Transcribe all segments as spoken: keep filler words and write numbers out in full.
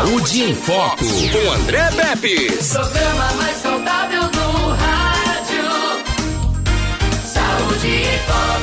Saúde em Foco, com André Pepe. Programa mais saudável do rádio. Saúde em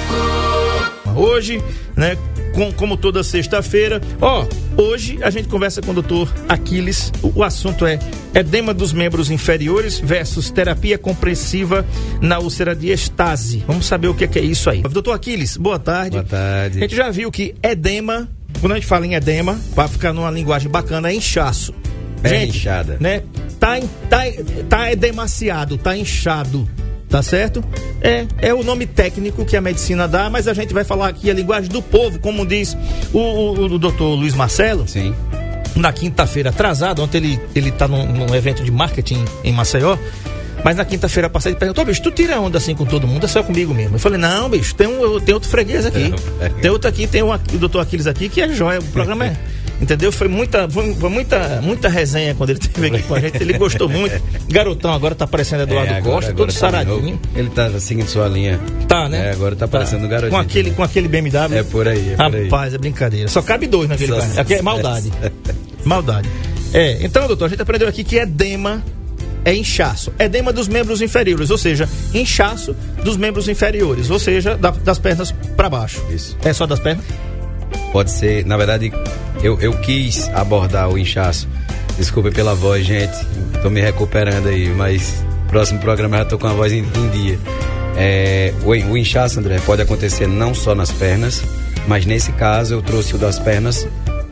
Foco. Hoje, né, com, como toda sexta-feira, ó, hoje a gente conversa com o doutor Aquiles. O, o assunto é edema dos membros inferiores versus terapia compressiva na úlcera diastase. Vamos saber o que é, que é isso aí. Doutor Aquiles, boa tarde. Boa tarde. A gente já viu que edema, quando a gente fala em edema, para ficar numa linguagem bacana, é inchaço. É gente, inchada. Né? Tá, tá, tá edemaciado, tá inchado. Tá certo? É, é o nome técnico que a medicina dá, mas a gente vai falar aqui a linguagem do povo, como diz o, o, o doutor Luiz Marcelo. Sim. Na quinta-feira atrasada, ontem ele, ele tá num, num evento de marketing em Maceió, mas na quinta-feira passada ele perguntou: bicho, tu tira onda assim com todo mundo, é só comigo mesmo? Eu falei: não, bicho, tem, um, tem outro freguês aqui. Tem outro aqui, tem um, o doutor Aquiles aqui, que é joia. O programa é... Entendeu? Foi muita, foi, foi muita, muita resenha quando ele esteve aqui com a gente. Ele gostou muito. Garotão, agora tá parecendo Eduardo é, agora, Costa, agora todo tá saradinho. Ele tá seguindo sua linha. Tá, né? É, agora tá parecendo tá. um garotinho. Com aquele, com aquele B M W. É por aí, é por aí. Rapaz, é brincadeira. Só cabe dois naquele carro. Aqui é maldade. Maldade. É, então, doutor, a gente aprendeu aqui que edema é inchaço. Edema dos membros inferiores, ou seja, inchaço dos membros inferiores, ou seja, da, das pernas para baixo. Isso. É só das pernas? Pode ser, na verdade, eu, eu quis abordar o inchaço. Desculpe pela voz, gente. Tô me recuperando aí, mas próximo programa já tô com a voz em, em dia. É, o, o inchaço, André, pode acontecer não só nas pernas, mas nesse caso eu trouxe o das pernas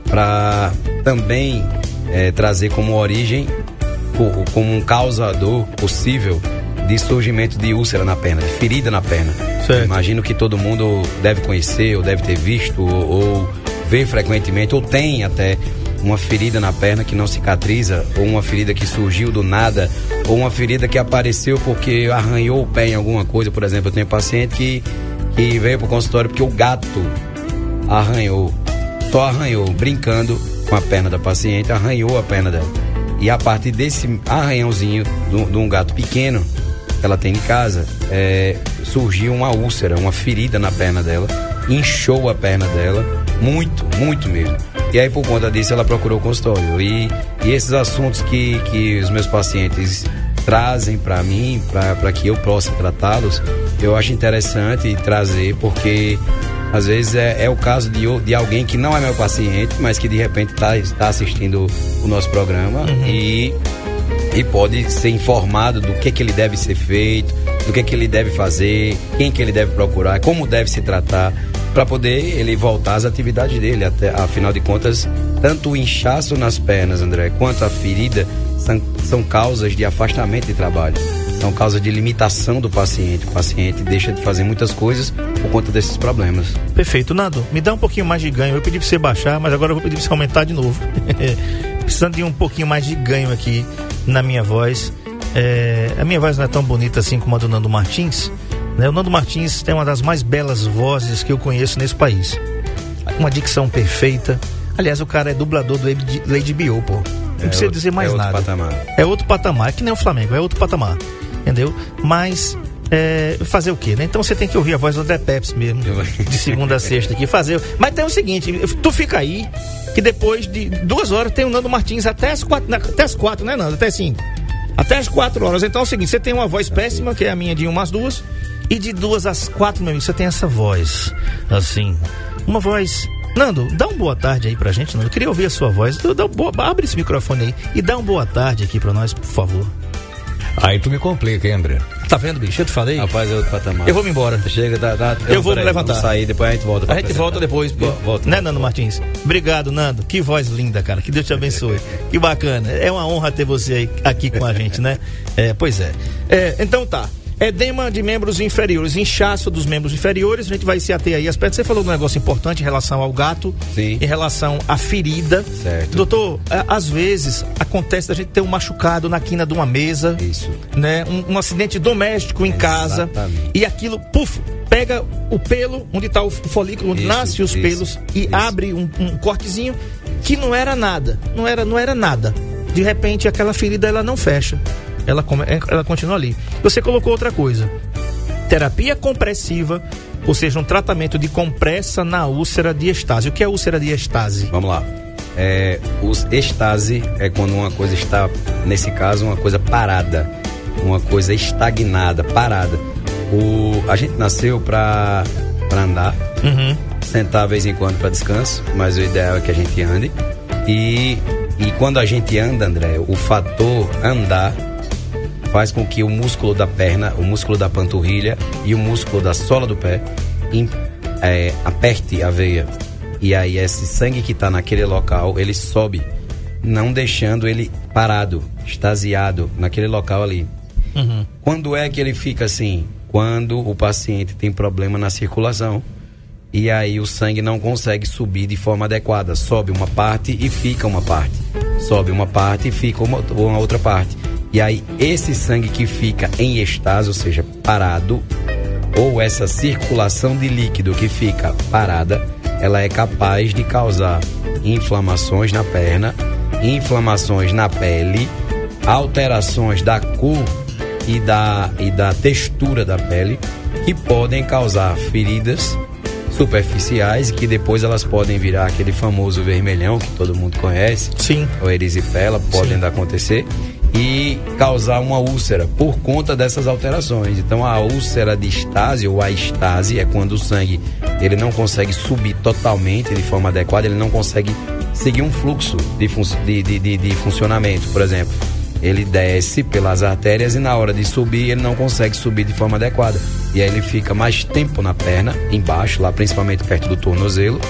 para também é, trazer como origem, como um causador possível de surgimento de úlcera na perna, de ferida na perna. Certo. Imagino que todo mundo deve conhecer, ou deve ter visto, ou, ou vê frequentemente, ou tem até uma ferida na perna que não cicatriza, ou uma ferida que surgiu do nada, ou uma ferida que apareceu porque arranhou o pé em alguma coisa. Por exemplo, eu tenho um paciente que, que veio pro consultório porque o gato arranhou, só arranhou, brincando com a perna da paciente, arranhou a perna dela. E a partir desse arranhãozinho de um gato pequeno que ela tem em casa, é, surgiu uma úlcera, uma ferida na perna dela, inchou a perna dela, muito, muito mesmo. E aí, por conta disso, ela procurou o consultório. E, e esses assuntos que, que os meus pacientes trazem para mim, para que eu possa tratá-los, eu acho interessante trazer, porque às vezes é, é o caso de, de alguém que não é meu paciente, mas que de repente está tá assistindo o nosso programa. Uhum. e, e pode ser informado do que, que ele deve ser feito, do que, que ele deve fazer, quem que ele deve procurar, como deve se tratar, para poder ele voltar às atividades dele. Até, afinal de contas, tanto o inchaço nas pernas, André, quanto a ferida são, são causas de afastamento de trabalho. São causas de limitação do paciente. O paciente deixa de fazer muitas coisas por conta desses problemas. Perfeito. Nando, me dá um pouquinho mais de ganho. Eu pedi pra você baixar, mas agora eu vou pedir pra você aumentar de novo. Precisando de um pouquinho mais de ganho aqui na minha voz. É, a minha voz não é tão bonita assim como a do Nando Martins, né? O Nando Martins tem uma das mais belas vozes que eu conheço nesse país. Uma dicção perfeita. Aliás, o cara é dublador do Lady Bio, pô. Não é precisa outro, dizer mais é nada. Patamar. É outro patamar. É que nem o Flamengo, é outro patamar. Entendeu? Mas é, fazer o quê, né? Então você tem que ouvir a voz do André Peps mesmo, de segunda a sexta aqui, fazer. Mas tem o seguinte, tu fica aí, que depois de duas horas tem o Nando Martins até as quatro, até as quatro, né, Nando? Até cinco. Até as quatro horas. Então é o seguinte, você tem uma voz péssima, que é a minha de uma às duas, e de duas às quatro, meu amigo, você tem essa voz, assim, uma voz... Nando, dá uma boa tarde aí pra gente, Nando. Eu queria ouvir a sua voz. Dá um boa... Abre esse microfone aí e dá uma boa tarde aqui pra nós, por favor. Aí tu me complica, hein, André? Tá vendo, bicho? Eu te falei. Rapaz, é outro patamar. Eu vou me embora. Chega, dá, dá, eu, eu vou me levantar. Vamos sair, depois a gente volta. A gente volta depois. Porque... Volta, né, Nando Martins? Obrigado, Nando. Que voz linda, cara. Que Deus te abençoe. Que bacana. É uma honra ter você aqui com a gente, né? É, pois é. é. Então tá. Edema de membros inferiores, inchaço dos membros inferiores, a gente vai se ater aí às pernas. Você falou de um negócio importante em relação ao gato, sim, em relação à ferida. Certo. Doutor, às vezes acontece da gente ter um machucado na quina de uma mesa. Isso. Né? Um, um acidente doméstico em casa. Exatamente. E aquilo, puf, pega o pelo, onde está o folículo, onde isso, nasce os isso, pelos, e isso. abre um, um cortezinho que não era nada. Não era, não era nada. De repente, aquela ferida, ela não fecha. Ela, ela continua ali. Você colocou outra coisa. Terapia compressiva, ou seja, um tratamento de compressa na úlcera diastase. O que é úlcera diastase? Vamos lá. É, os estase é quando uma coisa está, nesse caso, uma coisa parada, uma coisa estagnada, parada. O, a gente nasceu para para andar, Uhum. sentar de vez em quando para descanso, mas o ideal é que a gente ande. E, e quando a gente anda, André, o fator andar faz com que o músculo da perna, o músculo da panturrilha e o músculo da sola do pé em, é, aperte a veia. E aí esse sangue que está naquele local, ele sobe, não deixando ele parado, extasiado naquele local ali. Uhum. Quando é que ele fica assim? Quando o paciente tem problema na circulação e aí o sangue não consegue subir de forma adequada. Sobe uma parte e fica uma parte. Sobe uma parte e fica uma, uma outra parte. E aí esse sangue que fica em estase, ou seja, parado, ou essa circulação de líquido que fica parada, ela é capaz de causar inflamações na perna, inflamações na pele, alterações da cor e da, e da textura da pele, que podem causar feridas superficiais e que depois elas podem virar aquele famoso vermelhão que todo mundo conhece. Sim. Ou erisipela, podem Sim. acontecer e causar uma úlcera por conta dessas alterações. Então a úlcera de estase ou a estase é quando o sangue ele não consegue subir totalmente de forma adequada, ele não consegue seguir um fluxo de, fun- de, de, de, de funcionamento. Por exemplo, ele desce pelas artérias e na hora de subir ele não consegue subir de forma adequada, e aí ele fica mais tempo na perna, embaixo, lá principalmente perto do tornozelo,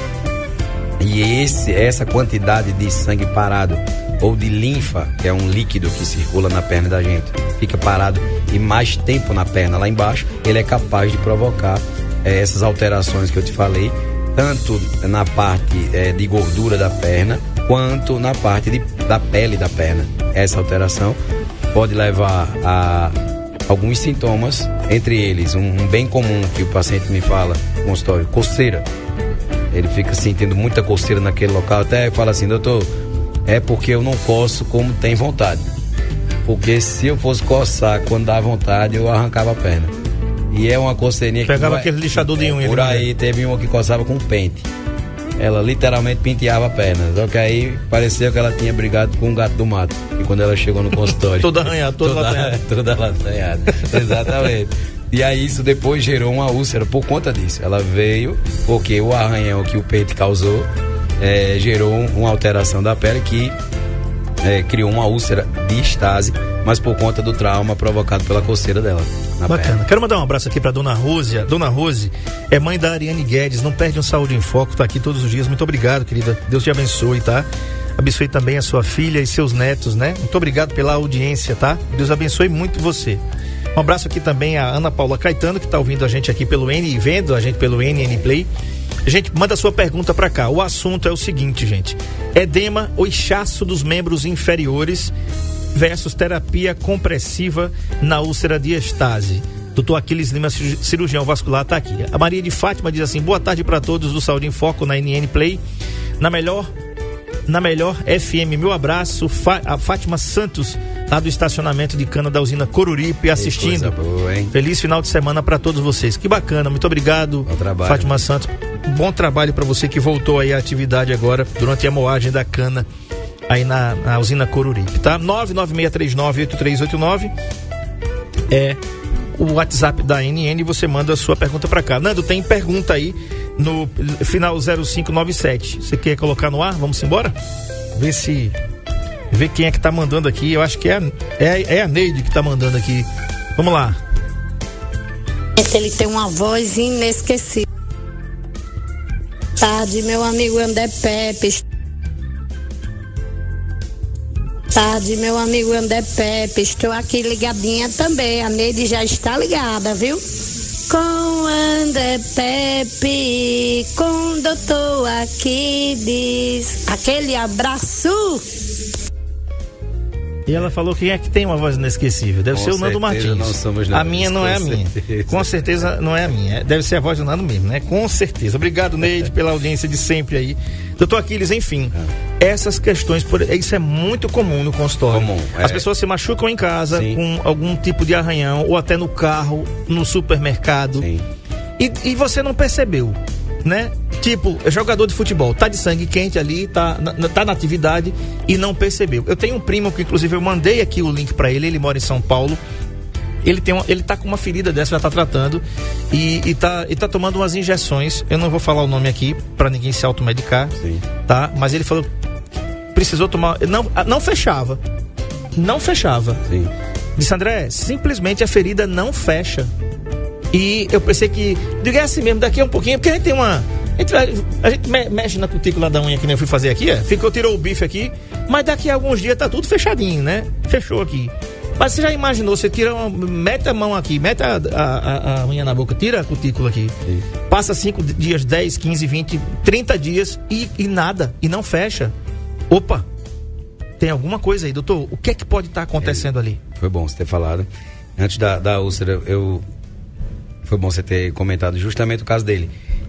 e esse, essa quantidade de sangue parado ou de linfa, que é um líquido que circula na perna da gente, fica parado e mais tempo na perna lá embaixo, ele é capaz de provocar é, essas alterações que eu te falei, tanto na parte é, de gordura da perna, quanto na parte de, da pele da perna. Essa alteração pode levar a alguns sintomas, entre eles um, um bem comum que o paciente me fala no consultório, coceira. Ele fica sentindo muita coceira naquele local, até fala assim: doutor, é porque eu não coço como tem vontade, porque se eu fosse coçar quando dá vontade eu arrancava a perna. E é uma coceirinha que Pegava vai, aquele lixador de é, unha. por aí teve uma que coçava com pente. Ela literalmente penteava a perna. Só que aí parecia que ela tinha brigado com um gato do mato. E quando ela chegou no consultório. Toda arranhada, toda latanhada. Toda latanhada. Exatamente. E aí isso depois gerou uma úlcera por conta disso. Ela veio porque o arranhão que o pente causou é, gerou uma alteração da pele que é, criou uma úlcera de estase, mas por conta do trauma provocado pela coceira dela. Bacana. Perna. Quero mandar um abraço aqui pra dona Rose. Dona Rose é mãe da Ariane Guedes, não perde um Saúde em Foco, tá aqui todos os dias. Muito obrigado, querida. Deus te abençoe, tá? Abençoe também a sua filha e seus netos, né? Muito obrigado pela audiência, tá? Deus abençoe muito você. Um abraço aqui também a Ana Paula Caetano, que tá ouvindo a gente aqui pelo N e vendo a gente pelo N N Play. Gente, manda sua pergunta pra cá. O assunto é o seguinte, gente: edema ou inchaço dos membros inferiores versus terapia compressiva na úlcera de estase. Doutor Aquiles Lima, cirurgião vascular, tá aqui. A Maria de Fátima diz assim: boa tarde para todos do Saúde em Foco na N N Play. Na melhor, na melhor F M, meu abraço. Fa- a Fátima Santos, lá do estacionamento de Cana da usina Coruripe, assistindo. Boa, hein? Feliz final de semana para todos vocês. Que bacana, muito obrigado, Bom trabalho, Fátima né? Santos. Bom trabalho para você que voltou aí à atividade agora durante a moagem da cana aí na, na usina Coruripe, tá? nove nove seis três nove oito três oito nove é o WhatsApp da N N, você manda a sua pergunta pra cá. Nando, tem pergunta aí no final zero cinco nove sete. Você quer colocar no ar? Vamos embora? Ver se... Ver quem é que tá mandando aqui. Eu acho que é a, é, é a Neide que tá mandando aqui. Vamos lá. Ele tem uma voz inesquecível. Tarde, meu amigo André Pepe. Tarde, meu amigo André Pepe. Estou aqui ligadinha também. A Neide já está ligada, viu? Com André Pepe, com o doutor Aquiles. Aquele abraço. E ela falou quem é que tem uma voz inesquecível. Deve Com ser o Nando certeza Martins. não somos a nós, minha não com é a minha. certeza. Com certeza não é a minha. Deve ser a voz do Nando mesmo, né? Com certeza. Obrigado, Neide, pela audiência de sempre aí. Doutor Aquiles, enfim, é. essas questões, por, isso é muito comum no consultório. Comum, é. As pessoas se machucam em casa, Sim. com algum tipo de arranhão, ou até no carro, no supermercado. Sim. E, e você não percebeu, né? Tipo, é jogador de futebol, tá de sangue quente ali, tá na, tá na atividade e não percebeu. Eu tenho um primo que, inclusive, eu mandei aqui o link pra ele, ele mora em São Paulo. Ele, tem uma, ele tá com uma ferida dessa, já tá tratando e, e, tá, e tá tomando umas injeções. Eu não vou falar o nome aqui pra ninguém se automedicar. Sim. Tá? Mas ele falou que precisou tomar. Não, não fechava. Não fechava. Sim. Disse, André, simplesmente a ferida não fecha. E eu pensei que. Diga é assim mesmo, daqui a um pouquinho, porque a gente tem uma. A gente, a gente me, mexe na cutícula da unha que nem eu fui fazer aqui, é? Ficou, tirou o bife aqui, mas daqui a alguns dias tá tudo fechadinho, né? Fechou aqui. Mas você já imaginou, você tira uma, mete a mão aqui, mete a, a, a unha na boca, tira a cutícula aqui, sim, passa cinco dias, dez, quinze, vinte, trinta dias e, e nada, e não fecha. Opa, tem alguma coisa aí, doutor? O que é que pode estar tá acontecendo é, ali? Foi bom você ter falado. Antes da, da úlcera, eu, foi bom você ter comentado justamente o caso dele.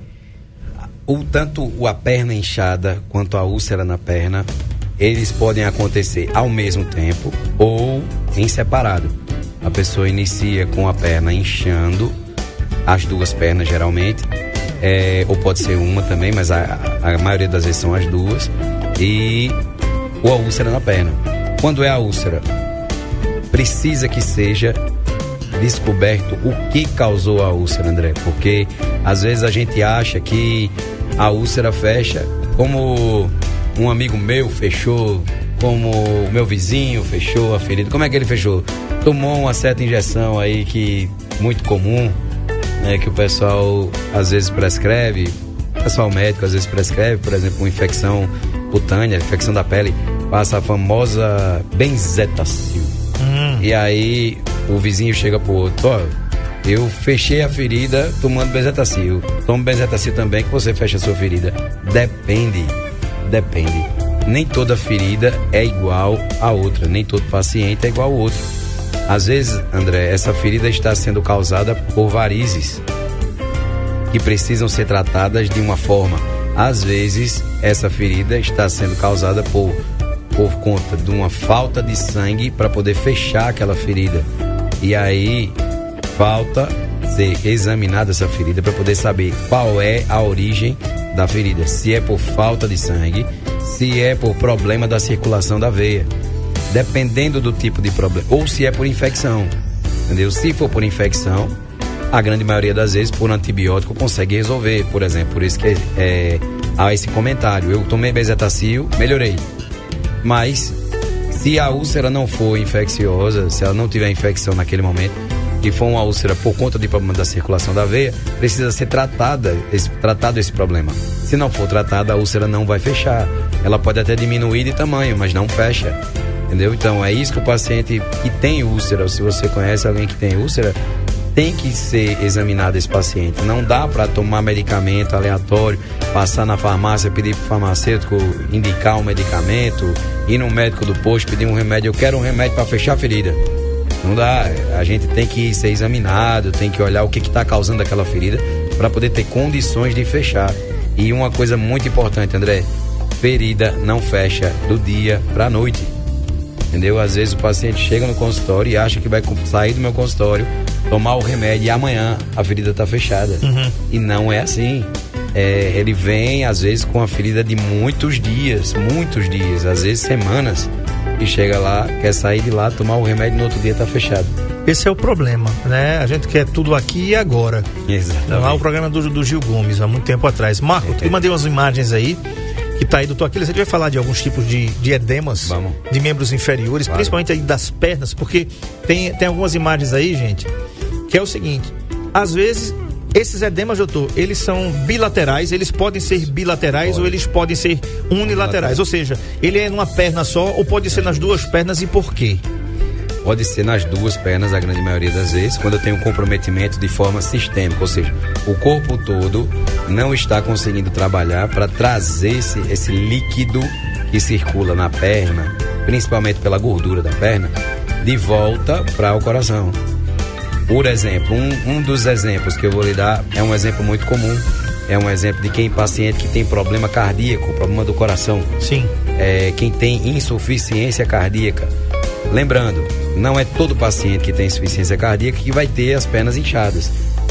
O, tanto a perna inchada quanto a úlcera na perna, eles podem acontecer ao mesmo tempo ou em separado. A pessoa inicia com a perna inchando, as duas pernas geralmente, é, ou pode ser uma também, mas a, a maioria das vezes são as duas, e ou a úlcera na perna. Quando é a úlcera, precisa que seja descoberto o que causou a úlcera, André, porque às vezes a gente acha que a úlcera fecha como um amigo meu fechou, como o meu vizinho fechou a ferida. Como é que ele fechou? Tomou uma certa injeção aí que muito comum, né, que o pessoal às vezes prescreve, o pessoal médico às vezes prescreve, por exemplo, uma infecção cutânea, infecção da pele, passa a famosa benzetacil. Hum. E aí o vizinho chega pro outro, ó, eu fechei a ferida tomando benzetacil. Toma benzetacil também que você fecha a sua ferida. Depende. Depende. Nem toda ferida é igual a outra, nem todo paciente é igual ao outro. Às vezes, André, essa ferida está sendo causada por varizes que precisam ser tratadas de uma forma. Às vezes, essa ferida está sendo causada por, por conta de uma falta de sangue para poder fechar aquela ferida. E aí, falta ser examinada essa ferida para poder saber qual é a origem da ferida, se é por falta de sangue, se é por problema da circulação da veia, dependendo do tipo de problema, ou se é por infecção, entendeu? Se for por infecção, a grande maioria das vezes por antibiótico consegue resolver, por exemplo, por isso que é, há esse comentário, eu tomei benzetacil, melhorei, mas se a úlcera não for infecciosa, se ela não tiver infecção naquele momento, e for uma úlcera por conta de problema da circulação da veia, precisa ser tratada, esse, tratado esse problema. Se não for tratada, a úlcera não vai fechar. Ela pode até diminuir de tamanho, mas não fecha. Entendeu? Então é isso que o paciente que tem úlcera, ou se você conhece alguém que tem úlcera, tem que ser examinado esse paciente. Não dá para tomar medicamento aleatório, passar na farmácia, pedir pro farmacêutico indicar um medicamento, ir no médico do posto, pedir um remédio. Eu quero um remédio para fechar a ferida. Não dá, a gente tem que ser examinado, tem que olhar o que está causando aquela ferida para poder ter condições de fechar. E uma coisa muito importante, André, ferida não fecha do dia para a noite, entendeu? Às vezes o paciente chega no consultório e acha que vai sair do meu consultório, tomar o remédio e amanhã a ferida está fechada. Uhum. E não é assim. É, ele vem às vezes com a ferida de muitos dias, muitos dias, às vezes semanas. E chega lá, quer sair de lá, tomar o remédio e no outro dia tá fechado. Esse é o problema, né? A gente quer tudo aqui e agora. Exatamente. Lá o programa do, do Gil Gomes, há muito tempo atrás. Marco, é. eu mandei umas imagens aí, que tá aí, doutor Aquiles, a gente vai falar de alguns tipos de, de edemas, Vamos. de membros inferiores, claro. principalmente aí das pernas, porque tem, tem algumas imagens aí, gente, que é o seguinte, às vezes... Esses edemas, doutor, eles são bilaterais, eles podem ser bilaterais pode. ou eles podem ser unilaterais, ou seja, ele é numa perna só ou pode ser nas duas pernas e por quê? Pode ser nas duas pernas, a grande maioria das vezes, quando eu tenho um comprometimento de forma sistêmica, ou seja, o corpo todo não está conseguindo trabalhar para trazer esse, esse líquido que circula na perna, principalmente pela gordura da perna, de volta para o coração. Por exemplo, um, um dos exemplos que eu vou lhe dar é um exemplo muito comum. É um exemplo de quem paciente que tem problema cardíaco, problema do coração. Sim. É, quem tem insuficiência cardíaca. Lembrando, não é todo paciente que tem insuficiência cardíaca que vai ter as pernas inchadas.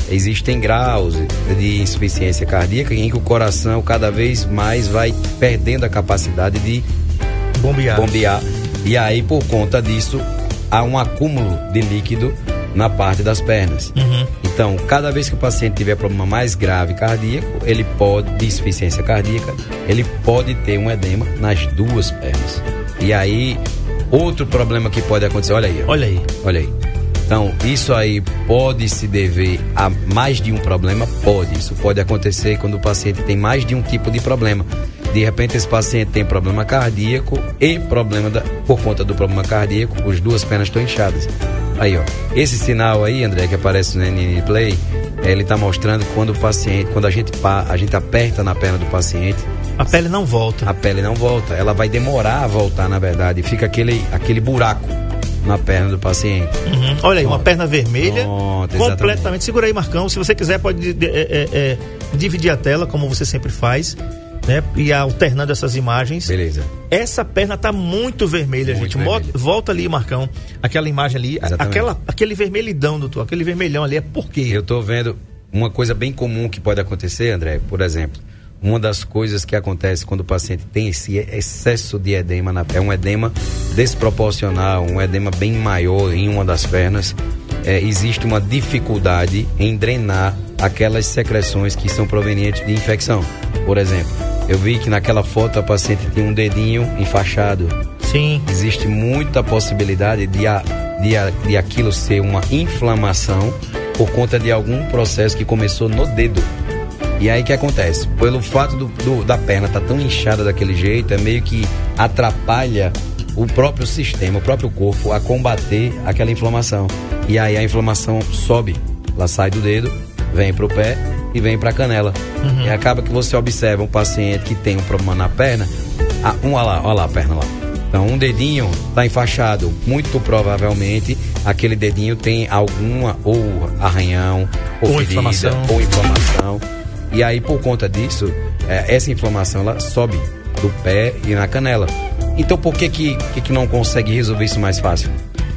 existem graus de insuficiência cardíaca em que o coração cada vez mais vai perdendo a capacidade de bombear. bombear. E aí, por conta disso, há um acúmulo de líquido na parte das pernas. Uhum. Então, cada vez que o paciente tiver problema mais grave cardíaco, ele pode, de insuficiência cardíaca, ele pode ter um edema nas duas pernas. E aí, outro problema que pode acontecer, olha aí. Olha aí. Olha aí. Então, isso aí pode se dever a mais de um problema? Pode. Isso pode acontecer quando o paciente tem mais de um tipo de problema. De repente, esse paciente tem problema cardíaco e problema da, por conta do problema cardíaco, as duas pernas estão inchadas. Aí, ó. Esse sinal aí, André, que aparece no N N Play, ele está mostrando quando o paciente, quando a gente, a gente aperta na perna do paciente, a pele não volta. A pele não volta. Ela vai demorar a voltar, na verdade. Fica aquele, aquele buraco na perna do paciente. Uhum. Olha aí, uma perna vermelha. Pronto, completamente. exatamente. Segura aí, Marcão. Se você quiser, pode é, é, é, dividir a tela, como você sempre faz, né? E alternando essas imagens. Beleza. Essa perna tá muito vermelha, muito gente. Vermelha. Volta ali, Marcão. Aquela imagem ali. Aquela, aquele vermelhidão, doutor. Aquele vermelhão ali é por quê? Eu tô vendo uma coisa bem comum que pode acontecer, André. Por exemplo, uma das coisas que acontece quando o paciente tem esse excesso de edema, na, é um edema desproporcional, um edema bem maior em uma das pernas, é, existe uma dificuldade em drenar aquelas secreções que são provenientes de infecção. Por exemplo, eu vi que naquela foto a paciente tinha um dedinho enfaixado. Sim. Existe muita possibilidade de, a, de, a, de aquilo ser uma inflamação por conta de algum processo que começou no dedo. E aí o que acontece? Pelo fato do, do, da perna estar tá tão inchada daquele jeito, é meio que atrapalha o próprio sistema, o próprio corpo a combater aquela inflamação. E aí a inflamação sobe, ela sai do dedo, vem pro pé e vem pra canela. Uhum. E acaba que você observa um paciente que tem um problema na perna, ah, um, olha lá, olha lá a perna lá. Então um dedinho tá enfaixado, muito provavelmente aquele dedinho tem alguma ou arranhão, ou, ou ferida, inflamação. ou inflamação. E aí, por conta disso, é, essa inflamação ela sobe do pé e na canela. Então, por que que, que que não consegue resolver isso mais fácil?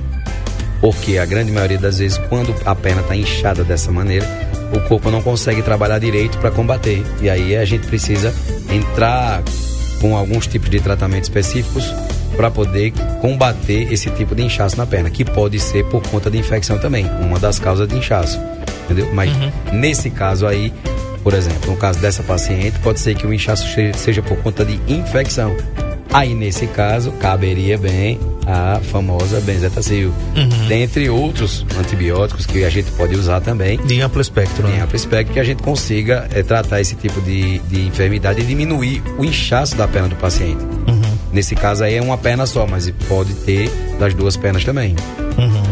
Porque a grande maioria das vezes, quando a perna está inchada dessa maneira, o corpo não consegue trabalhar direito para combater. E aí a gente precisa entrar com alguns tipos de tratamentos específicos para poder combater esse tipo de inchaço na perna, que pode ser por conta de infecção também, uma das causas de inchaço, entendeu? Mas uhum. nesse caso aí, por exemplo, no caso dessa paciente, pode ser que o inchaço seja por conta de infecção. Aí, nesse caso, caberia bem a famosa benzetacil. Uhum. Dentre outros antibióticos que a gente pode usar também. De amplo espectro. De né? amplo espectro, que a gente consiga é, tratar esse tipo de, de enfermidade e diminuir o inchaço da perna do paciente. Uhum. Nesse caso aí é uma perna só, mas pode ter das duas pernas também. Uhum.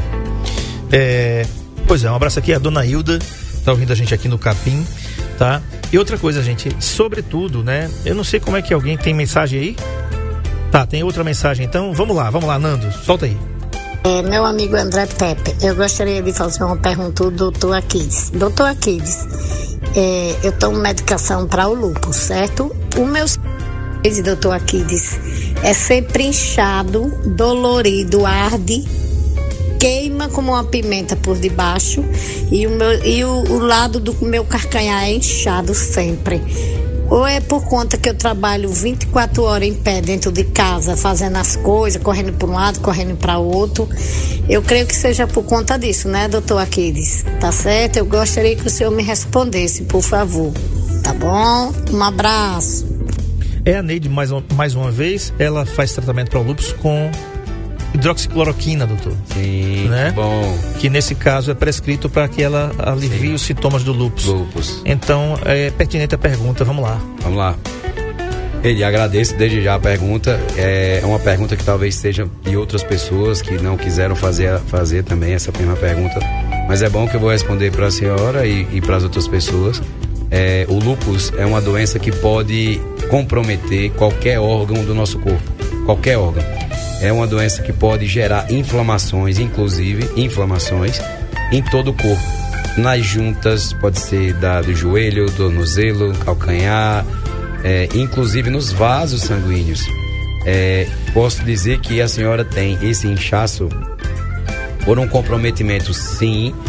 É, pois é, um abraço aqui a dona Hilda, tá ouvindo a gente aqui no Capim. Tá? E outra coisa, gente, sobretudo, né? Eu não sei como é que alguém tem mensagem aí. Tá, tem outra mensagem, então vamos lá, vamos lá, Nando, solta aí. É, meu amigo André Pepe, eu gostaria de fazer uma pergunta ao doutor Aquiles. doutor Aquiles, é, eu tomo medicação para o lúpus, certo? O meu doutor Aquiles é sempre inchado, dolorido, arde, queima como uma pimenta por debaixo e o, meu, e o, o lado do meu carcanhar é inchado sempre. Ou é por conta que eu trabalho vinte e quatro horas em pé dentro de casa, fazendo as coisas, correndo para um lado, correndo para o outro. Eu creio que seja por conta disso, né, doutor Aquiles? Tá certo? Eu gostaria que o senhor me respondesse, por favor. Tá bom? Um abraço. É a Neide, mais, mais uma vez, ela faz tratamento para o lúpus com hidroxicloroquina, doutor. Sim, né? Bom. Que nesse caso é prescrito para que ela alivie Sim. os sintomas do lúpus. Lúpus. Então, é pertinente a pergunta, vamos lá. Vamos lá. Ele agradeço desde já a pergunta. É uma pergunta que talvez seja de outras pessoas que não quiseram fazer, fazer também essa mesma pergunta. Mas é bom que eu vou responder para a senhora e, e para as outras pessoas. É, o lúpus é uma doença que pode comprometer qualquer órgão do nosso corpo. Qualquer órgão. É uma doença que pode gerar inflamações, inclusive inflamações em todo o corpo. Nas juntas, pode ser da, do joelho, do tornozelo, calcanhar, é, inclusive nos vasos sanguíneos. É, posso dizer que a senhora tem esse inchaço por um comprometimento, sim,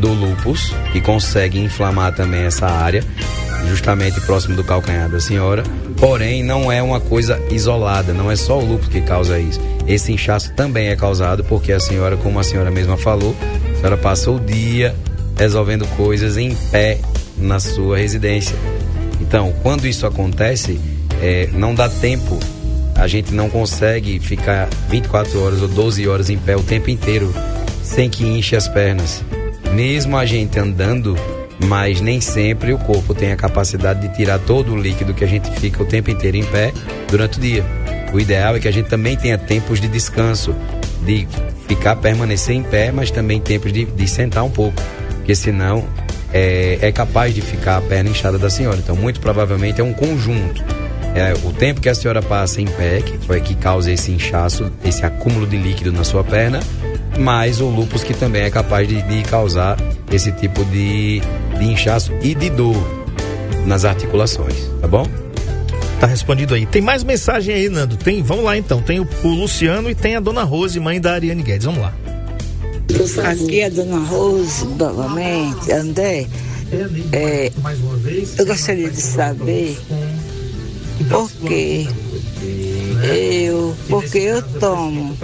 do lúpus, que consegue inflamar também essa área, justamente próximo do calcanhar da senhora. Porém, não é uma coisa isolada, não é só o lúpus que causa isso. Esse inchaço também é causado porque a senhora, como a senhora mesma falou, a senhora passa o dia resolvendo coisas em pé na sua residência. Então, quando isso acontece, é, não dá tempo, a gente não consegue ficar vinte e quatro horas ou doze horas em pé o tempo inteiro sem que enche as pernas. Mesmo a gente andando, mas nem sempre o corpo tem a capacidade de tirar todo o líquido que a gente fica o tempo inteiro em pé durante o dia. O ideal é que a gente também tenha tempos de descanso, de ficar, permanecer em pé, mas também tempos de, de sentar um pouco, porque senão é, é capaz de ficar a perna inchada da senhora. Então, muito provavelmente é um conjunto. É o tempo que a senhora passa em pé, que, que causa esse inchaço, esse acúmulo de líquido na sua perna, mais o lúpus, que também é capaz de, de causar esse tipo de, de inchaço e de dor nas articulações, tá bom? Tá respondido aí. Tem mais mensagem aí, Nando? Tem? Vamos lá então. Tem o, o Luciano e tem a Dona Rose, mãe da Ariane Guedes. Vamos lá. Aqui é a Dona Rose, novamente. André, é, eu gostaria de saber por que eu, porque eu tomo,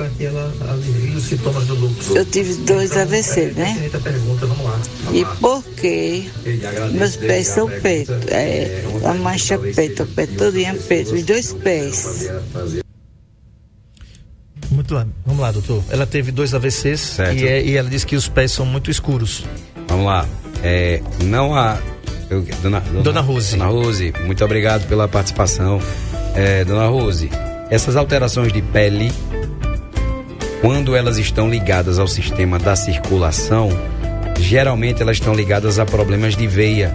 eu tive dois A V C, né? E porque meus pés são pretos, é, a mancha preta, o pé todinho preto, os dois pés. Muito lá, vamos lá, doutor. Ela teve dois A V Cs e, é, e ela disse que os pés são muito escuros. Vamos lá, é, não há... Eu, dona, dona, dona Rose. Dona Rose, muito obrigado pela participação. É, Dona Rose, essas alterações de pele, quando elas estão ligadas ao sistema da circulação, geralmente elas estão ligadas a problemas de veia.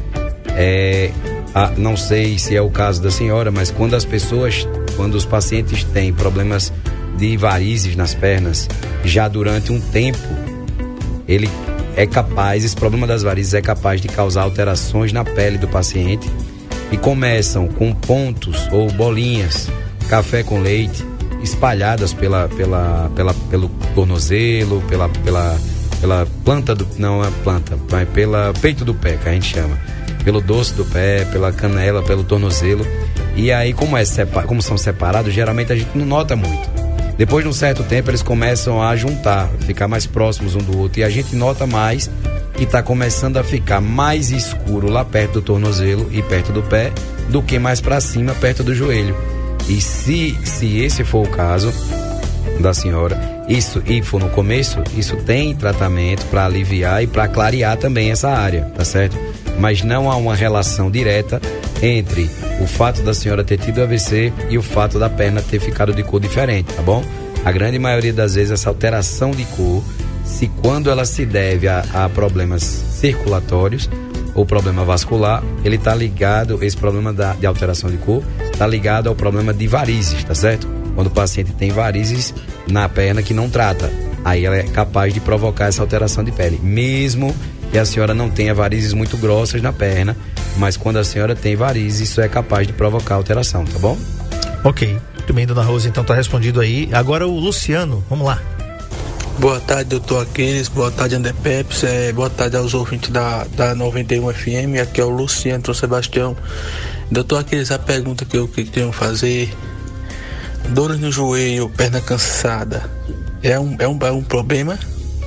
É, a, não sei se é o caso da senhora, mas quando as pessoas, quando os pacientes têm problemas de varizes nas pernas, já durante um tempo, ele é capaz, esse problema das varizes é capaz de causar alterações na pele do paciente, e começam com pontos ou bolinhas, café com leite, espalhadas pela, pela, pela, pelo tornozelo, pela, pela, pela planta do, não é planta, mas pela peito do pé, que a gente chama, pelo dorso do pé, pela canela, pelo tornozelo. E aí, como, é separ, como são separados, geralmente a gente não nota muito. Depois de um certo tempo, eles começam a juntar, ficar mais próximos um do outro, e a gente nota mais que está começando a ficar mais escuro lá perto do tornozelo e perto do pé, do que mais para cima, perto do joelho. E se, se esse for o caso da senhora, isso, e for no começo, isso tem tratamento para aliviar e para clarear também essa área, tá certo? Mas não há uma relação direta entre o fato da senhora ter tido A V C e o fato da perna ter ficado de cor diferente, tá bom? A grande maioria das vezes essa alteração de cor, se quando ela se deve a, a problemas circulatórios ou problema vascular, ele está ligado, esse problema da, de alteração de cor, está ligado ao problema de varizes, tá certo? Quando o paciente tem varizes na perna que não trata, aí ela é capaz de provocar essa alteração de pele, mesmo que a senhora não tenha varizes muito grossas na perna, mas quando a senhora tem varizes, isso é capaz de provocar alteração, tá bom? Ok, muito bem, Dona Rosa, então tá respondido aí. Agora o Luciano, vamos lá. Boa tarde, doutor Aquiles, boa tarde, André Pepes, é, boa tarde aos ouvintes da, da noventa e um F M, aqui é o Luciano, São Sebastião. Doutor Aquiles, a pergunta que eu que tenho que fazer, dores no joelho, perna cansada, é um, é um, é um problema?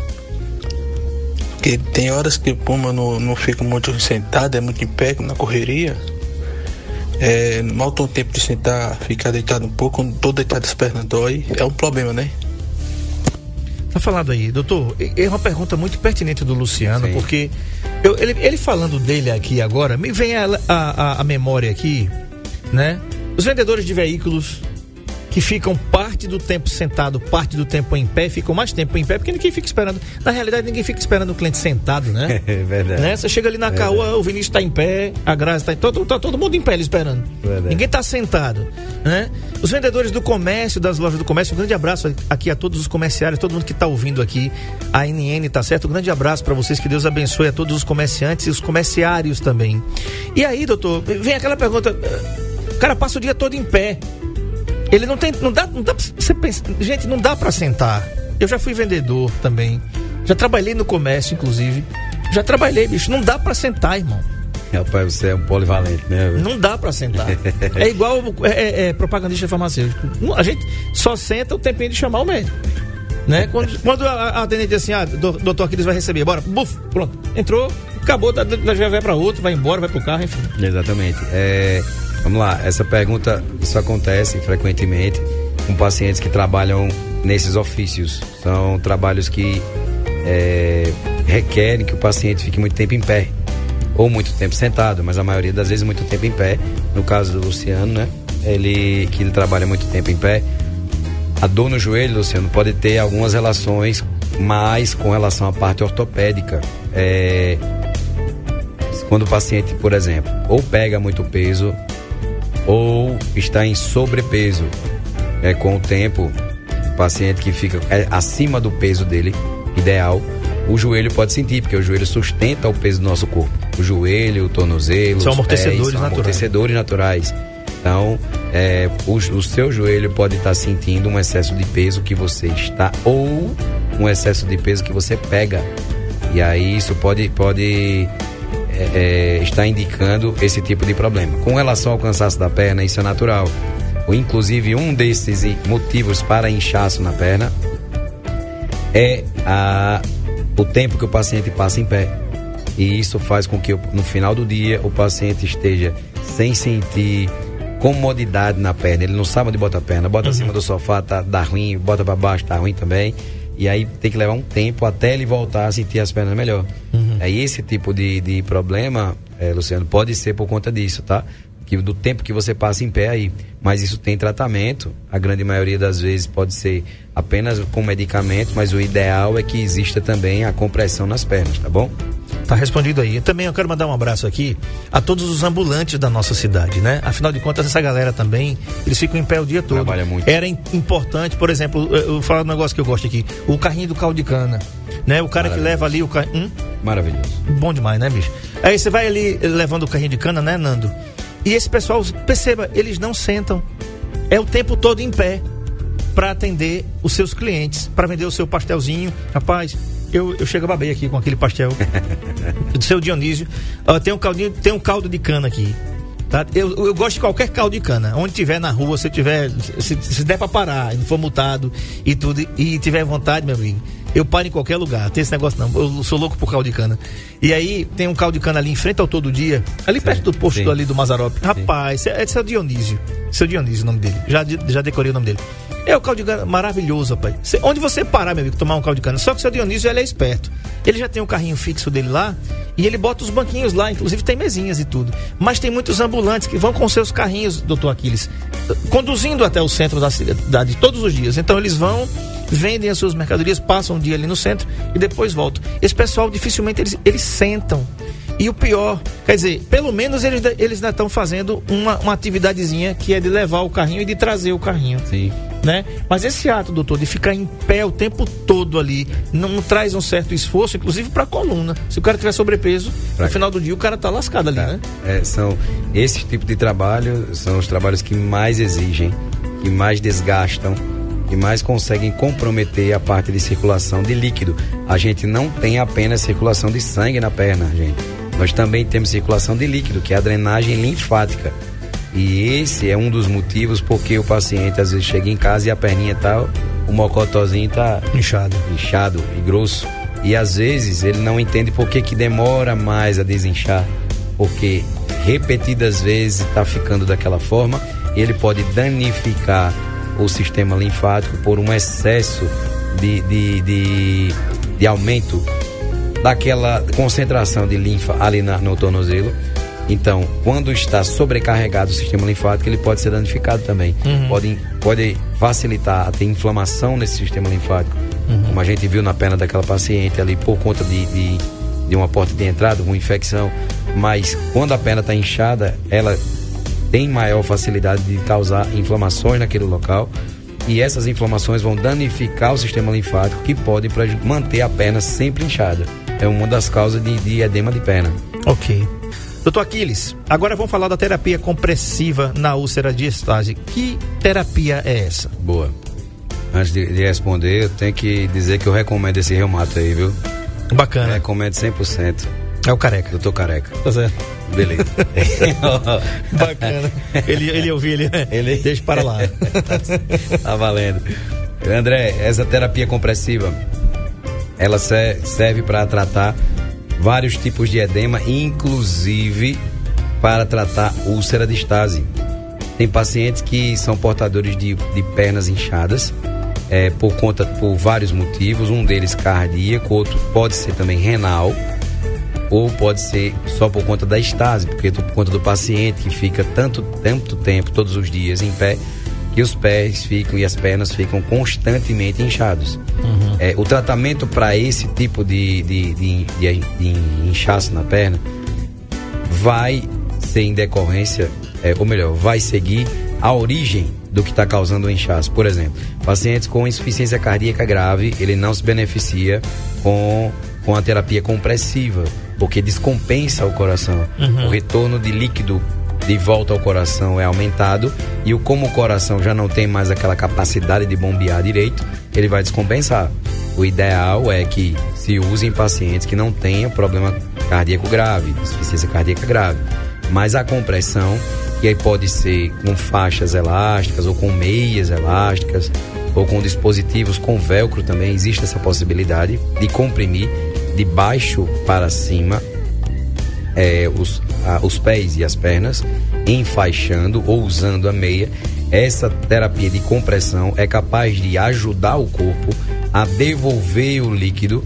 Porque tem horas que como eu não, não fico muito sentado, é muito em pé, na correria, é, mal tô tempo de sentar, ficar deitado um pouco, quando tô deitado as pernas dói, é um problema, né? Tá falado aí, doutor, é uma pergunta muito pertinente do Luciano. Sim. Porque eu, ele, ele falando dele aqui agora, me vem a, a, a memória aqui, né? Os vendedores de veículos que ficam parte do tempo sentado, parte do tempo em pé, ficam mais tempo em pé, porque ninguém fica esperando, na realidade ninguém fica esperando o cliente sentado, né? É verdade. Né? Você chega ali na caoa, o Vinícius tá em pé, a Graça tá em todo, tá todo mundo em pé ali esperando. Verdade. Ninguém tá sentado, né? Os vendedores do comércio, das lojas do comércio, um grande abraço aqui a todos os comerciários, todo mundo que tá ouvindo aqui, a N N, tá certo? Um grande abraço para vocês, que Deus abençoe a todos os comerciantes e os comerciários também. E aí, doutor, vem aquela pergunta, o cara passa o dia todo em pé, ele não tem, não dá, não dá pra você pensar, gente, não dá pra sentar. Eu já fui vendedor também, já trabalhei no comércio, inclusive, Já trabalhei, bicho. Não dá pra sentar, irmão. Rapaz, você é um polivalente, né? Não dá pra sentar. É igual é, é, é, propagandista farmacêutico. A gente só senta o tempinho de chamar o médico. Né? Quando, quando a, a atendente diz assim, ah, doutor Aquiles vai receber, bora, buf, pronto, entrou, acabou, já vai pra outro, vai embora, vai pro carro, enfim. Exatamente. É, vamos lá, essa pergunta, isso acontece frequentemente com pacientes que trabalham nesses ofícios. São trabalhos que é, requerem que o paciente fique muito tempo em pé, ou muito tempo sentado, mas a maioria das vezes muito tempo em pé. No caso do Luciano, né? Ele, que ele trabalha muito tempo em pé. A dor no joelho, Luciano, pode ter algumas relações mais com relação à parte ortopédica. É, quando o paciente, por exemplo, ou pega muito peso ou está em sobrepeso, é, com o tempo, o paciente que fica é, acima do peso dele, ideal, o joelho pode sentir, porque o joelho sustenta o peso do nosso corpo. O joelho, o tornozelo, são os amortecedores pés, são naturais. amortecedores naturais. Então, é, o, o seu joelho pode estar sentindo um excesso de peso que você está, ou um excesso de peso que você pega. E aí isso pode, pode é, é, estar indicando esse tipo de problema. Com relação ao cansaço da perna, isso é natural. Ou, inclusive, um desses motivos para inchaço na perna é a, o tempo que o paciente passa em pé. E isso faz com que no final do dia o paciente esteja sem sentir comodidade na perna. Ele não sabe onde bota a perna, bota uhum. acima do sofá, tá, dá ruim, bota pra baixo, tá ruim também. E aí tem que levar um tempo até ele voltar a sentir as pernas melhor. Uhum. Aí esse tipo de, de problema, é, Luciano, pode ser por conta disso, tá? Que do tempo que você passa em pé aí. Mas isso tem tratamento. A grande maioria das vezes pode ser apenas com medicamento, mas o ideal é que exista também a compressão nas pernas, tá bom? Tá respondido aí. Também eu quero mandar um abraço aqui a todos os ambulantes da nossa cidade, né? Afinal de contas, essa galera também, eles ficam em pé o dia todo. Trabalha muito. Era importante, por exemplo, eu vou falar um negócio que eu gosto aqui, o carrinho do caldo de cana, né? O cara que leva ali o carrinho... Hum? Maravilhoso. Bom demais, né, bicho? Aí você vai ali levando o carrinho de cana, né, Nando? E esse pessoal, perceba, eles não sentam. É o tempo todo em pé para atender os seus clientes, para vender o seu pastelzinho. Rapaz... Eu, eu chego a babei aqui com aquele pastel do seu Dionísio. Uh, tem, um caldinho, tem um caldo de cana aqui. Tá? Eu, eu gosto de qualquer caldo de cana. Onde tiver na rua, se tiver, se, se der pra parar, e não for multado e tudo, e tiver vontade, meu amigo, eu paro em qualquer lugar. Tem esse negócio não. Eu sou louco por caldo de cana. E aí tem um caldo de cana ali em frente ao Todo Dia, ali sim, perto do posto sim. ali do Mazarop. Rapaz, sim. é, é seu Dionísio. Seu Dionísio, o nome dele. Já, já decorei o nome dele. É o caldo de cana maravilhoso, rapaz. Cê, onde você parar, meu amigo, tomar um caldo de cana. Só que o seu Dionísio, ele é esperto. Ele já tem um carrinho fixo dele lá e ele bota os banquinhos lá, inclusive tem mesinhas e tudo. Mas tem muitos ambulantes que vão com seus carrinhos, doutor Aquiles, conduzindo até o centro da cidade todos os dias. Então eles vão, vendem as suas mercadorias, passam um dia ali no centro e depois voltam. Esse pessoal, dificilmente, eles, eles sentam. E o pior, quer dizer, pelo menos eles, eles ainda estão fazendo uma, uma atividadezinha que é de levar o carrinho e de trazer o carrinho. Sim. Né? Mas esse ato, doutor, de ficar em pé o tempo todo ali, não, não traz um certo esforço, inclusive para a coluna. Se o cara tiver sobrepeso, pra... no final do dia o cara tá lascado ali, tá. né? É, são esse tipo de trabalho, são os trabalhos que mais exigem, que mais desgastam, que mais conseguem comprometer a parte de circulação de líquido. A gente não tem apenas circulação de sangue na perna, gente. Nós também temos circulação de líquido, que é a drenagem linfática. E esse é um dos motivos porque o paciente às vezes chega em casa e a perninha tá, o mocotózinho tá inchado, inchado e grosso. E às vezes ele não entende por que que demora mais a desinchar, porque repetidas vezes está ficando daquela forma e ele pode danificar o sistema linfático por um excesso de, de, de, de aumento daquela concentração de linfa ali na, no tornozelo. Então, quando está sobrecarregado o sistema linfático, ele pode ser danificado também. Uhum. Pode, pode facilitar a ter inflamação nesse sistema linfático. Uhum. Como a gente viu na perna daquela paciente ali, por conta de, de, de uma porta de entrada, uma infecção. Mas quando a perna está inchada, ela tem maior facilidade de causar inflamações naquele local. E essas inflamações vão danificar o sistema linfático, que pode manter a perna sempre inchada. É uma das causas de, de edema de perna. Ok. Doutor Aquiles, agora vamos falar da terapia compressiva na úlcera diastase. Que terapia é essa? Boa. Antes de, de responder, eu tenho que dizer que eu recomendo esse reumato aí, viu? Bacana. Recomendo cem por cento. É o Careca. Doutor Careca. Tá certo. Beleza. Bacana. Ele, ele ouviu, ele, ele... Deixa para lá. Tá valendo. André, essa terapia compressiva, ela serve para tratar vários tipos de edema, inclusive para tratar úlcera de Stasi. Tem pacientes que são portadores de, de pernas inchadas, é, por conta, por vários motivos, um deles cardíaco, outro pode ser também renal, ou pode ser só por conta da Stasi, porque por conta do paciente que fica tanto, tanto tempo, todos os dias em pé, que os pés ficam e as pernas ficam constantemente inchados. Uhum. É, o tratamento para esse tipo de, de, de, de, de inchaço na perna vai ser em decorrência, é, ou melhor, vai seguir a origem do que está causando o inchaço. Por exemplo, pacientes com insuficiência cardíaca grave, ele não se beneficia com, com a terapia compressiva, porque descompensa o coração. Uhum. O retorno de líquido de volta ao coração é aumentado, e o, como o coração já não tem mais aquela capacidade de bombear direito, ele vai descompensar. O ideal é que se use em pacientes que não tenham problema cardíaco grave, insuficiência cardíaca grave. Mas a compressão, que aí pode ser com faixas elásticas ou com meias elásticas ou com dispositivos com velcro também, existe essa possibilidade de comprimir de baixo para cima é, os, a, os pés e as pernas, enfaixando ou usando a meia. Essa terapia de compressão é capaz de ajudar o corpo a devolver o líquido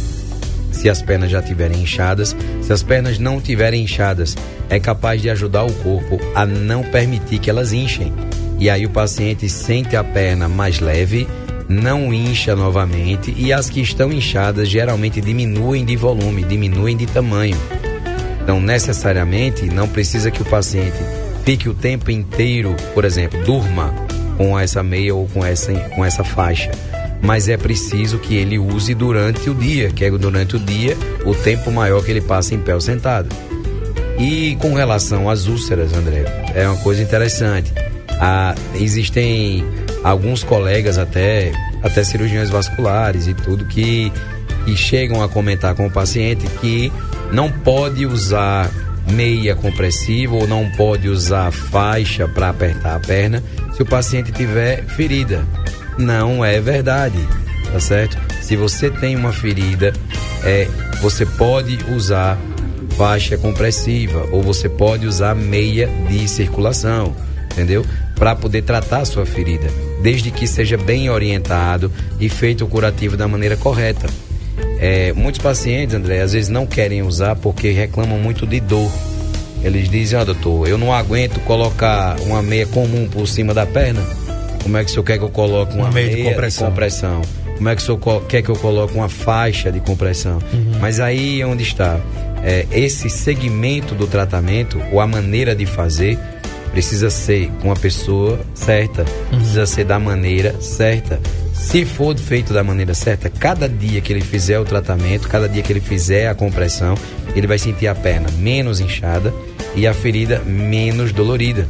se as pernas já estiverem inchadas. Se as pernas não estiverem inchadas, é capaz de ajudar o corpo a não permitir que elas inchem. E aí o paciente sente a perna mais leve, não incha novamente, e as que estão inchadas geralmente diminuem de volume, diminuem de tamanho. Então, necessariamente, não precisa que o paciente fique o tempo inteiro, por exemplo, durma com essa meia ou com essa, com essa faixa. Mas é preciso que ele use durante o dia, que é durante o dia o tempo maior que ele passa em pé ou sentado. E com relação às úlceras, André, é uma coisa interessante. Ah, existem alguns colegas até, até cirurgiões vasculares e tudo, que, que chegam a comentar com o paciente que não pode usar meia compressiva ou não pode usar faixa para apertar a perna se o paciente tiver ferida. Não é verdade, tá certo? Se você tem uma ferida, é, você pode usar faixa compressiva ou você pode usar meia de circulação, entendeu? Para poder tratar a sua ferida, desde que seja bem orientado e feito o curativo da maneira correta. É, muitos pacientes, André, às vezes não querem usar porque reclamam muito de dor. Eles dizem: ó, doutor, eu não aguento colocar uma meia comum por cima da perna. Como é que o senhor quer que eu coloque uma, uma meia, meia de, compressão. de compressão? Como é que o senhor quer que eu coloque uma faixa de compressão? Uhum. Mas aí é onde está. É, esse segmento do tratamento, ou a maneira de fazer, precisa ser com a pessoa certa, uhum. precisa ser da maneira certa. Se for feito da maneira certa, cada dia que ele fizer o tratamento, cada dia que ele fizer a compressão, ele vai sentir a perna menos inchada e a ferida menos dolorida.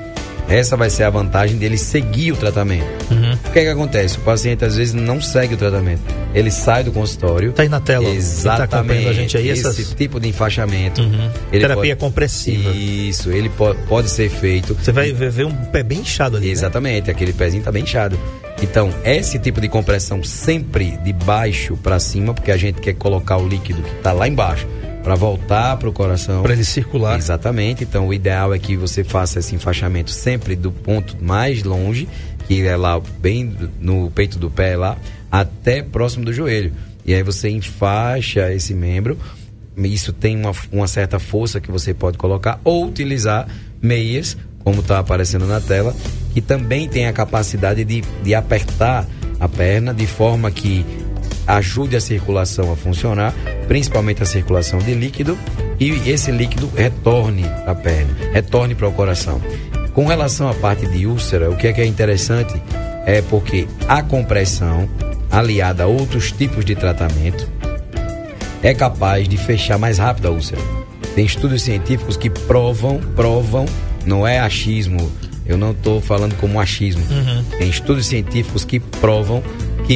Essa vai ser a vantagem dele seguir o tratamento. Uhum. O que é que acontece? O paciente às vezes não segue o tratamento. Ele sai do consultório. Tá aí na tela. Exatamente. Tá a gente aí, esse essas... tipo de enfaixamento. Uhum. Terapia pode... compressiva. Isso, ele pode, pode ser feito. Você vai ver um pé bem inchado ali. Exatamente, né? Aquele pezinho tá bem inchado. Então, esse tipo de compressão sempre de baixo para cima, porque a gente quer colocar o líquido que tá lá embaixo para voltar para o coração. Para ele circular. Exatamente. Então, o ideal é que você faça esse enfaixamento sempre do ponto mais longe, que é lá bem no peito do pé lá, até próximo do joelho. E aí você enfaixa esse membro. Isso tem uma, uma certa força que você pode colocar, ou utilizar meias, como está aparecendo na tela, que também tem a capacidade de, de apertar a perna de forma que ajude a circulação a funcionar, principalmente a circulação de líquido, e esse líquido retorne à perna, retorne para o coração. Com relação à parte de úlcera, o que é que é interessante é porque a compressão, aliada a outros tipos de tratamento, é capaz de fechar mais rápido a úlcera. Tem estudos científicos que provam, provam, não é achismo, eu não estou falando como achismo. Uhum. Tem estudos científicos que provam que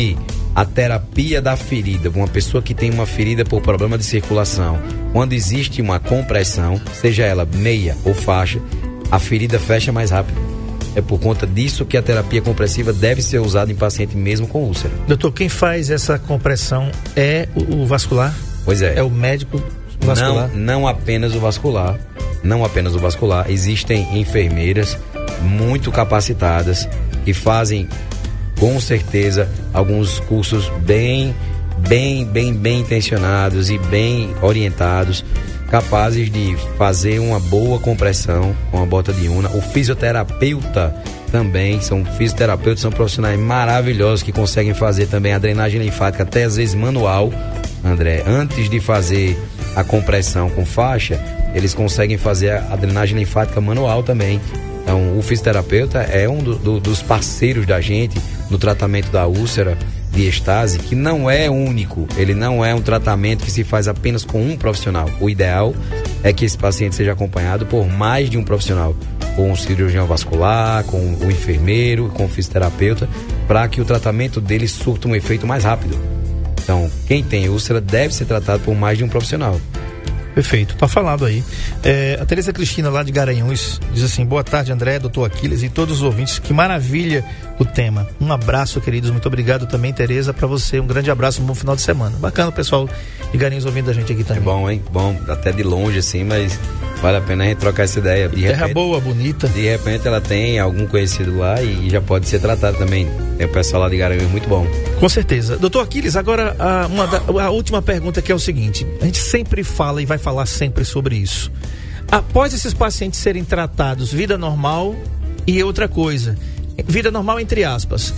a terapia da ferida, uma pessoa que tem uma ferida por problema de circulação, quando existe uma compressão, seja ela meia ou faixa, a ferida fecha mais rápido. É por conta disso que a terapia compressiva deve ser usada em paciente mesmo com úlcera. Doutor, quem faz essa compressão é o, o vascular? Pois é. É o médico vascular? Não, não apenas o vascular, não apenas o vascular. Existem enfermeiras muito capacitadas que fazem, com certeza, alguns cursos bem, bem, bem, bem intencionados e bem orientados, capazes de fazer uma boa compressão com a bota de Una. O fisioterapeuta também, são fisioterapeutas, são profissionais maravilhosos que conseguem fazer também a drenagem linfática, até às vezes manual, André. Antes de fazer a compressão com faixa, eles conseguem fazer a drenagem linfática manual também. Então, o fisioterapeuta é um do, do, dos parceiros da gente no tratamento da úlcera de estase, que não é único, ele não é um tratamento que se faz apenas com um profissional. O ideal é que esse paciente seja acompanhado por mais de um profissional, com o cirurgião vascular, com o enfermeiro, com o fisioterapeuta, para que o tratamento dele surta um efeito mais rápido. Então, quem tem úlcera deve ser tratado por mais de um profissional. Perfeito, tá falado aí. É, a Tereza Cristina, lá de Garanhuns, diz assim: boa tarde, André, doutor Aquiles e todos os ouvintes, que maravilha o tema. Um abraço, queridos, muito obrigado também, Tereza, para você, um grande abraço, um bom final de semana. Bacana o pessoal de Garanhuns ouvindo a gente aqui também. É bom, hein? Bom, até de longe assim, mas vale a pena a gente trocar essa ideia. De Terra repente, boa, bonita. De repente ela tem algum conhecido lá e já pode ser tratado também. Tem o pessoal lá de Garanhuns muito bom. Com certeza. Doutor Aquiles, agora a, uma da, a última pergunta, que é o seguinte: a gente sempre fala e vai falar sempre sobre isso. Após esses pacientes serem tratados, vida normal e outra coisa, vida normal entre aspas,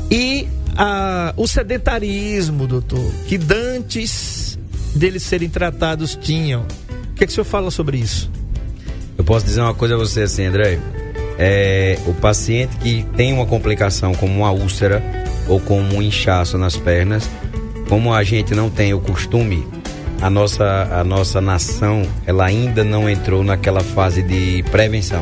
e a, o sedentarismo, doutor, que dantes deles serem tratados tinham. O que é que o senhor fala sobre isso? Eu posso dizer uma coisa a você assim, André. É, o paciente que tem uma complicação como uma úlcera ou como um inchaço nas pernas, como a gente não tem o costume, a nossa, a nossa nação, ela ainda não entrou naquela fase de prevenção.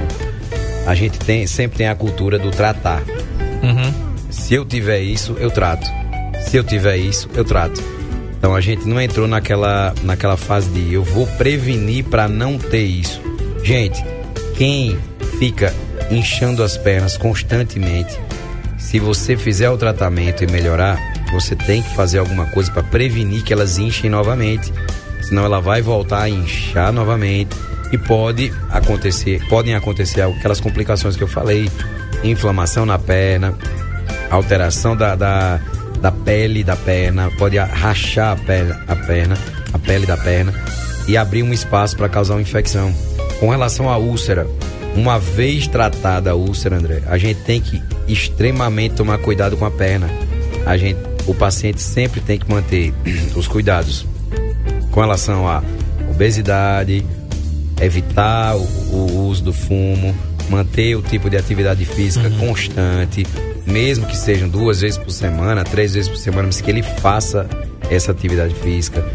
A gente tem, sempre tem a cultura do tratar. Uhum. Se eu tiver isso, eu trato. Se eu tiver isso, eu trato. Então a gente não entrou naquela, naquela fase de eu vou prevenir para não ter isso. Gente, quem fica inchando as pernas constantemente, se você fizer o tratamento e melhorar, você tem que fazer alguma coisa para prevenir que elas inchem novamente, senão ela vai voltar a inchar novamente e pode acontecer, podem acontecer aquelas complicações que eu falei: inflamação na perna, alteração da, da, da pele da perna, pode rachar a, pele, a perna, a pele da perna e abrir um espaço para causar uma infecção. Com relação à úlcera, uma vez tratada a úlcera, André, a gente tem que extremamente tomar cuidado com a perna. A gente, o paciente sempre tem que manter os cuidados com relação à obesidade, evitar o, o uso do fumo, manter o tipo de atividade física uhum. constante, mesmo que sejam duas vezes por semana, três vezes por semana, mas que ele faça essa atividade física.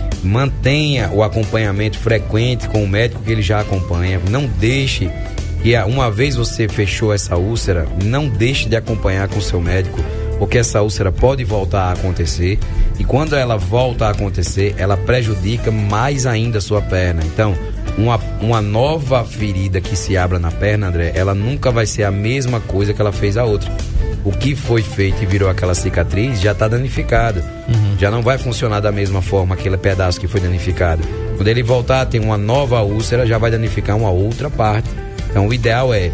Mantenha o acompanhamento frequente com o médico que ele já acompanha. Não deixe que, uma vez você fechou essa úlcera, não deixe de acompanhar com o seu médico, porque essa úlcera pode voltar a acontecer, e quando ela volta a acontecer, ela prejudica mais ainda a sua perna. Então, uma, uma nova ferida que se abra na perna, André, ela nunca vai ser a mesma coisa que ela fez a outra. O que foi feito e virou aquela cicatriz já está danificado. Uhum. Já não vai funcionar da mesma forma aquele pedaço que foi danificado. Quando ele voltar a ter uma nova úlcera, já vai danificar uma outra parte. Então o ideal é,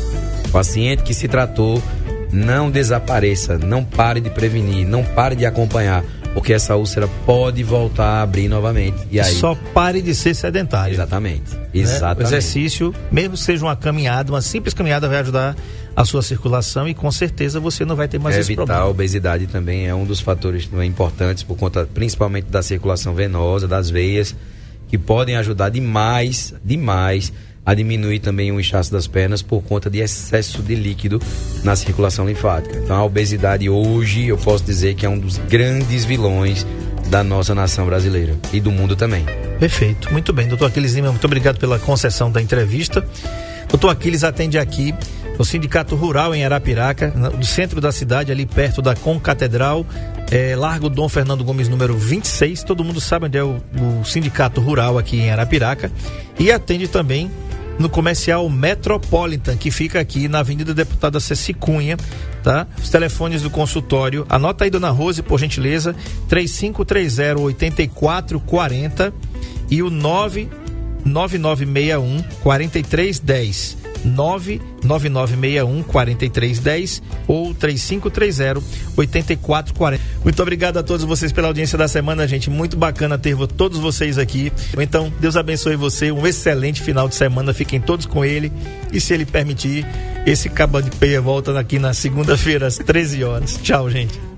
o paciente que se tratou, não desapareça, não pare de prevenir, não pare de acompanhar, porque essa úlcera pode voltar a abrir novamente. E aí, só pare de ser sedentário. Exatamente. Né? Exatamente. O exercício, mesmo que seja uma caminhada, uma simples caminhada, vai ajudar a sua circulação e com certeza você não vai ter mais esse problema. Evitar a obesidade também é um dos fatores importantes, por conta principalmente da circulação venosa, das veias, que podem ajudar demais, demais a diminuir também o inchaço das pernas por conta de excesso de líquido na circulação linfática. Então a obesidade hoje, eu posso dizer que é um dos grandes vilões da nossa nação brasileira e do mundo também. Perfeito, muito bem, doutor Aquiles Lima, muito obrigado pela concessão da entrevista. Doutor Aquiles atende aqui no Sindicato Rural em Arapiraca, no centro da cidade, ali perto da Concatedral, é, Largo Dom Fernando Gomes, número vinte e seis. Todo mundo sabe onde é o, o Sindicato Rural aqui em Arapiraca. E atende também no comercial Metropolitan, que fica aqui na Avenida Deputada Ceci Cunha, tá? Os telefones do consultório, anota aí, dona Rose, por gentileza, três cinco três zero, oito quatro quatro zero e o nove nove nove seis um, quatro três um zero. nove nove nove seis um, quatro três um zero ou três cinco três zero, oito quatro quatro zero. Muito obrigado a todos vocês pela audiência da semana, gente. Muito bacana ter todos vocês aqui. Então, Deus abençoe você. Um excelente final de semana. Fiquem todos com ele. E se ele permitir, esse Caba de Peia volta aqui na segunda-feira às treze horas. Tchau, gente.